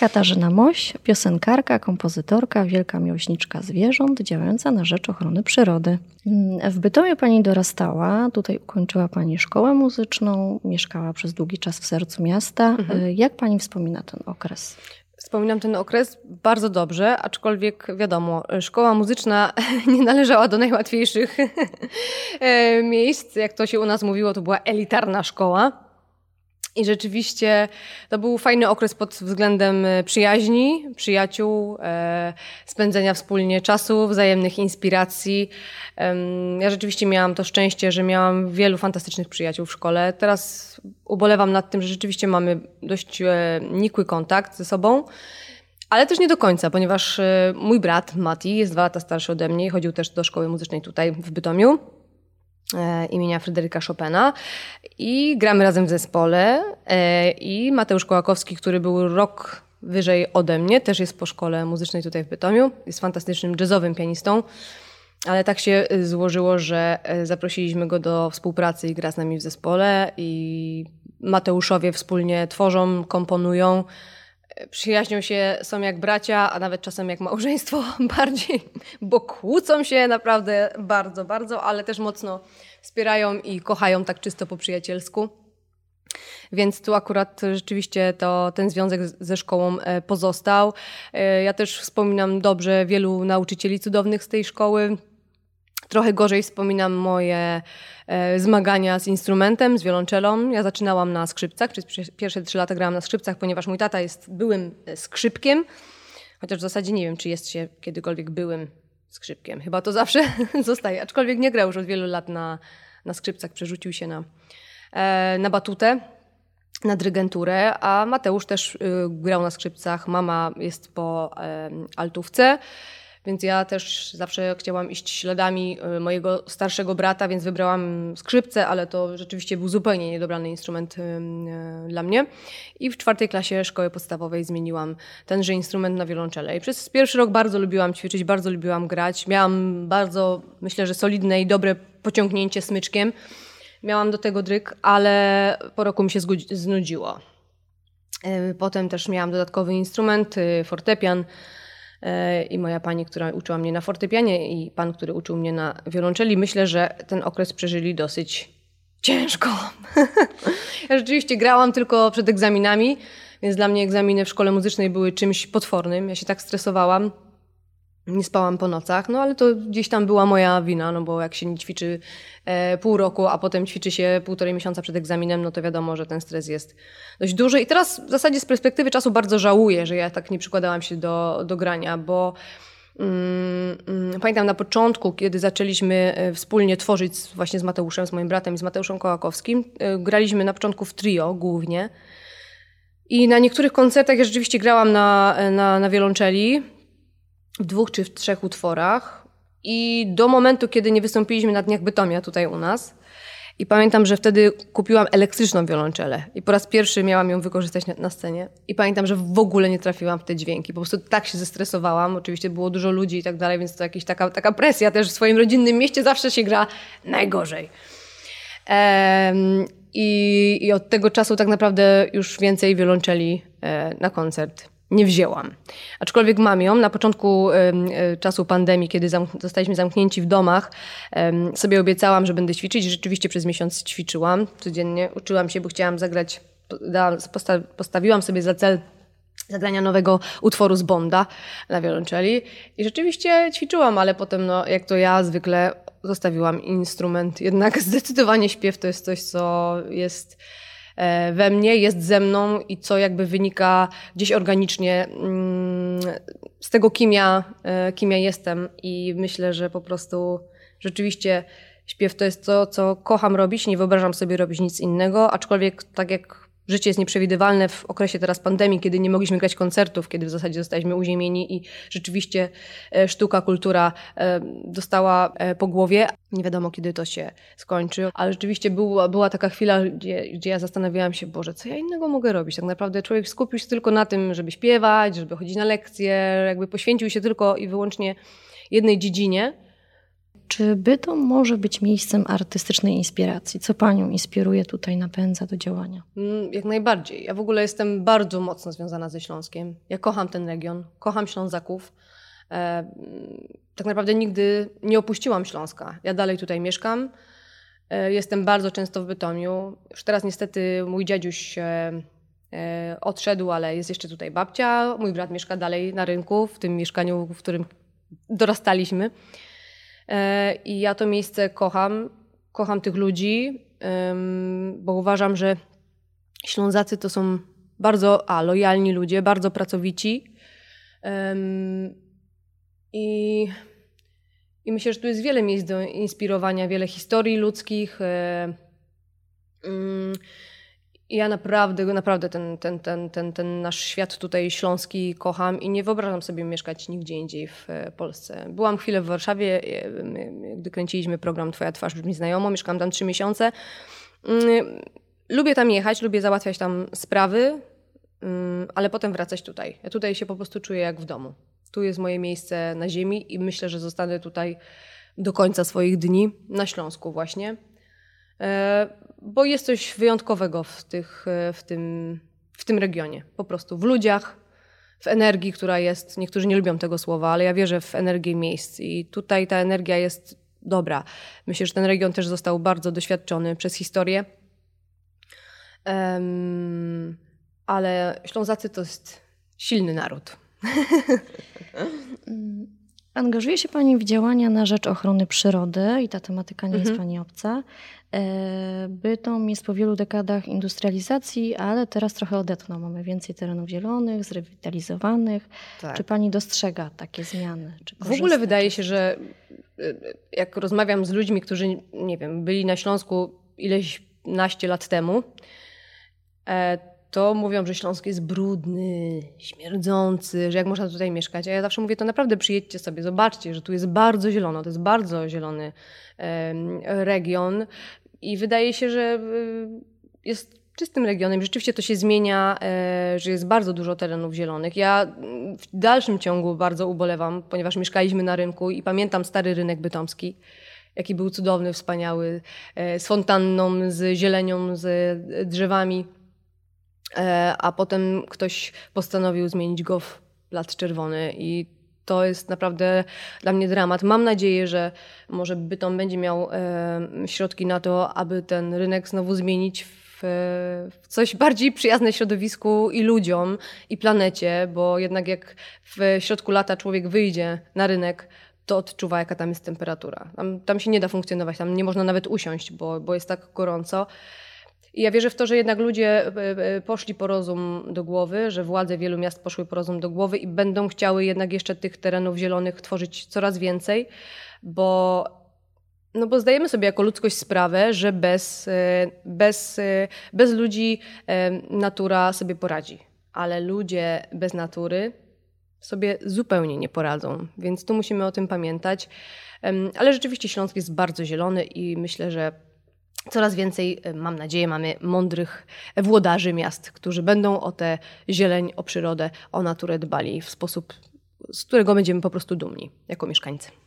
Katarzyna Moś, piosenkarka, kompozytorka, wielka miłośniczka zwierząt, działająca na rzecz ochrony przyrody. W Bytomiu pani dorastała, tutaj ukończyła pani szkołę muzyczną, mieszkała przez długi czas w sercu miasta. Jak pani wspomina ten okres? Wspominam ten okres bardzo dobrze, aczkolwiek wiadomo, szkoła muzyczna nie należała do najłatwiejszych miejsc. Jak to się u nas mówiło, to była elitarna szkoła. I rzeczywiście to był fajny okres pod względem przyjaźni, przyjaciół, spędzenia wspólnie czasu, wzajemnych inspiracji. Ja rzeczywiście miałam to szczęście, że miałam wielu fantastycznych przyjaciół w szkole. Teraz ubolewam nad tym, że rzeczywiście mamy dość nikły kontakt ze sobą, ale też nie do końca, ponieważ mój brat Mati jest 2 lata starszy ode mnie i chodził też do szkoły muzycznej tutaj w Bytomiu imienia Fryderyka Chopina i gramy razem w zespole i Mateusz Kołakowski, który był rok wyżej ode mnie, też jest po szkole muzycznej tutaj w Bytomiu, jest fantastycznym jazzowym pianistą, ale tak się złożyło, że zaprosiliśmy go do współpracy i gra z nami w zespole i Mateuszowie wspólnie tworzą, komponują, przyjaźnią się, są jak bracia, a nawet czasem jak małżeństwo bardziej, bo kłócą się naprawdę bardzo, bardzo, ale też mocno wspierają i kochają tak czysto po przyjacielsku. Więc tu akurat rzeczywiście ten związek ze szkołą pozostał. Ja też wspominam dobrze wielu nauczycieli cudownych z tej szkoły. Trochę gorzej wspominam moje zmagania z instrumentem, z wiolonczelą. Ja zaczynałam na skrzypcach, przez pierwsze 3 lata grałam na skrzypcach, ponieważ mój tata jest byłym skrzypkiem, chociaż w zasadzie nie wiem, czy jest się kiedykolwiek byłym skrzypkiem. Chyba to zawsze zostaje, aczkolwiek nie grał już od wielu lat na skrzypcach, przerzucił się na batutę, na dyrygenturę, a Mateusz też grał na skrzypcach, mama jest po altówce. Więc ja też zawsze chciałam iść śladami mojego starszego brata, więc wybrałam skrzypce, ale to rzeczywiście był zupełnie niedobrany instrument dla mnie. I w 4. klasie szkoły podstawowej zmieniłam tenże instrument na wiolonczelę. I przez pierwszy rok bardzo lubiłam ćwiczyć, bardzo lubiłam grać. Miałam bardzo, myślę, że solidne i dobre pociągnięcie smyczkiem. Miałam do tego dryg, ale po roku mi się znudziło. Potem też miałam dodatkowy instrument, fortepian. I moja pani, która uczyła mnie na fortepianie i pan, który uczył mnie na wiolonczeli. Myślę, że ten okres przeżyli dosyć ciężko. Ja rzeczywiście grałam tylko przed egzaminami, więc dla mnie egzaminy w szkole muzycznej były czymś potwornym. Ja się tak stresowałam, nie spałam po nocach, no ale to gdzieś tam była moja wina, no bo jak się nie ćwiczy pół roku, a potem ćwiczy się 1,5 miesiąca przed egzaminem, no to wiadomo, że ten stres jest dość duży. I teraz w zasadzie z perspektywy czasu bardzo żałuję, że ja tak nie przykładałam się do grania, bo pamiętam na początku, kiedy zaczęliśmy wspólnie tworzyć właśnie z Mateuszem, z moim bratem i z Mateuszem Kołakowskim, graliśmy na początku w trio głównie i na niektórych koncertach ja rzeczywiście grałam na wiolonczeli, w 2 czy w 3 utworach i do momentu, kiedy nie wystąpiliśmy na Dniach Bytomia tutaj u nas i pamiętam, że wtedy kupiłam elektryczną wiolonczelę i po raz pierwszy miałam ją wykorzystać na scenie i pamiętam, że w ogóle nie trafiłam w te dźwięki, po prostu tak się zestresowałam, oczywiście było dużo ludzi i tak dalej, więc to jakaś taka presja też w swoim rodzinnym mieście zawsze się gra najgorzej. I od tego czasu tak naprawdę już więcej wiolonczeli na koncert nie wzięłam. Aczkolwiek mam ją. Na początku czasu pandemii, kiedy zostaliśmy zamknięci w domach, sobie obiecałam, że będę ćwiczyć. Rzeczywiście przez miesiąc ćwiczyłam codziennie. Uczyłam się, bo chciałam zagrać, postawiłam sobie za cel zagrania nowego utworu z Bonda na wiolonczeli. I rzeczywiście ćwiczyłam, ale potem, no, jak to ja zwykle, zostawiłam instrument. Jednak zdecydowanie śpiew to jest coś, co jest we mnie, jest ze mną i co jakby wynika gdzieś organicznie z tego, kim ja jestem. I myślę, że po prostu rzeczywiście śpiew to jest to, co kocham robić. Nie wyobrażam sobie robić nic innego, aczkolwiek tak jak życie jest nieprzewidywalne w okresie teraz pandemii, kiedy nie mogliśmy grać koncertów, kiedy w zasadzie zostaliśmy uziemieni i rzeczywiście sztuka, kultura dostała po głowie. Nie wiadomo, kiedy to się skończy, ale rzeczywiście była taka chwila, gdzie ja zastanawiałam się, Boże, co ja innego mogę robić? Tak naprawdę człowiek skupił się tylko na tym, żeby śpiewać, żeby chodzić na lekcje, jakby poświęcił się tylko i wyłącznie jednej dziedzinie. Czy Bytom może być miejscem artystycznej inspiracji? Co Panią inspiruje tutaj, napędza do działania? Jak najbardziej. Ja w ogóle jestem bardzo mocno związana ze Śląskiem. Ja kocham ten region, kocham Ślązaków. Tak naprawdę nigdy nie opuściłam Śląska. Ja dalej tutaj mieszkam. Jestem bardzo często w Bytomiu. Już teraz niestety mój dziaduś odszedł, ale jest jeszcze tutaj babcia. Mój brat mieszka dalej na rynku, w tym mieszkaniu, w którym dorastaliśmy. I ja to miejsce kocham. Kocham tych ludzi, bo uważam, że Ślązacy to są bardzo lojalni ludzie, bardzo pracowici. I myślę, że tu jest wiele miejsc do inspirowania, wiele historii ludzkich. Ja naprawdę ten nasz świat tutaj śląski kocham i nie wyobrażam sobie mieszkać nigdzie indziej w Polsce. Byłam chwilę w Warszawie, gdy kręciliśmy program Twoja twarz brzmi znajomo, mieszkałam tam 3 miesiące. Lubię tam jechać, lubię załatwiać tam sprawy, ale potem wracać tutaj. Ja tutaj się po prostu czuję jak w domu. Tu jest moje miejsce na ziemi i myślę, że zostanę tutaj do końca swoich dni, na Śląsku właśnie. Bo jest coś wyjątkowego w tym regionie. Po prostu w ludziach, w energii, która jest, niektórzy nie lubią tego słowa, ale ja wierzę w energię miejsc i tutaj ta energia jest dobra. Myślę, że ten region też został bardzo doświadczony przez historię. Ale Ślązacy to jest silny naród. Angażuje się Pani w działania na rzecz ochrony przyrody i ta tematyka nie jest Pani obca. Bytom jest po wielu dekadach industrializacji, ale teraz trochę odetchnął. Mamy więcej terenów zielonych, zrewitalizowanych. Tak. Czy Pani dostrzega takie zmiany? Czy w ogóle wydaje się, że jak rozmawiam z ludźmi, którzy, nie wiem, byli na Śląsku ileś naście lat temu, to mówią, że Śląsk jest brudny, śmierdzący, że jak można tutaj mieszkać. A ja zawsze mówię, to naprawdę przyjedźcie sobie, zobaczcie, że tu jest bardzo zielono, to jest bardzo zielony region i wydaje się, że jest czystym regionem. Rzeczywiście to się zmienia, że jest bardzo dużo terenów zielonych. Ja w dalszym ciągu bardzo ubolewam, ponieważ mieszkaliśmy na rynku i pamiętam stary rynek bytomski, jaki był cudowny, wspaniały, z fontanną, z zielenią, z drzewami. A potem ktoś postanowił zmienić go w blat czerwony i to jest naprawdę dla mnie dramat. Mam nadzieję, że może Bytom będzie miał środki na to, aby ten rynek znowu zmienić w coś bardziej przyjazne środowisku i ludziom, i planecie, bo jednak jak w środku lata człowiek wyjdzie na rynek, to odczuwa, jaka tam jest temperatura. Tam się nie da funkcjonować, tam nie można nawet usiąść, bo jest tak gorąco. I ja wierzę w to, że jednak ludzie poszli po rozum do głowy, że władze wielu miast poszły po rozum do głowy i będą chciały jednak jeszcze tych terenów zielonych tworzyć coraz więcej, bo zdajemy sobie jako ludzkość sprawę, że bez ludzi natura sobie poradzi, ale ludzie bez natury sobie zupełnie nie poradzą, więc tu musimy o tym pamiętać. Ale rzeczywiście Śląsk jest bardzo zielony i myślę, że coraz więcej, mam nadzieję, mamy mądrych włodarzy miast, którzy będą o tę zieleń, o przyrodę, o naturę dbali w sposób, z którego będziemy po prostu dumni jako mieszkańcy.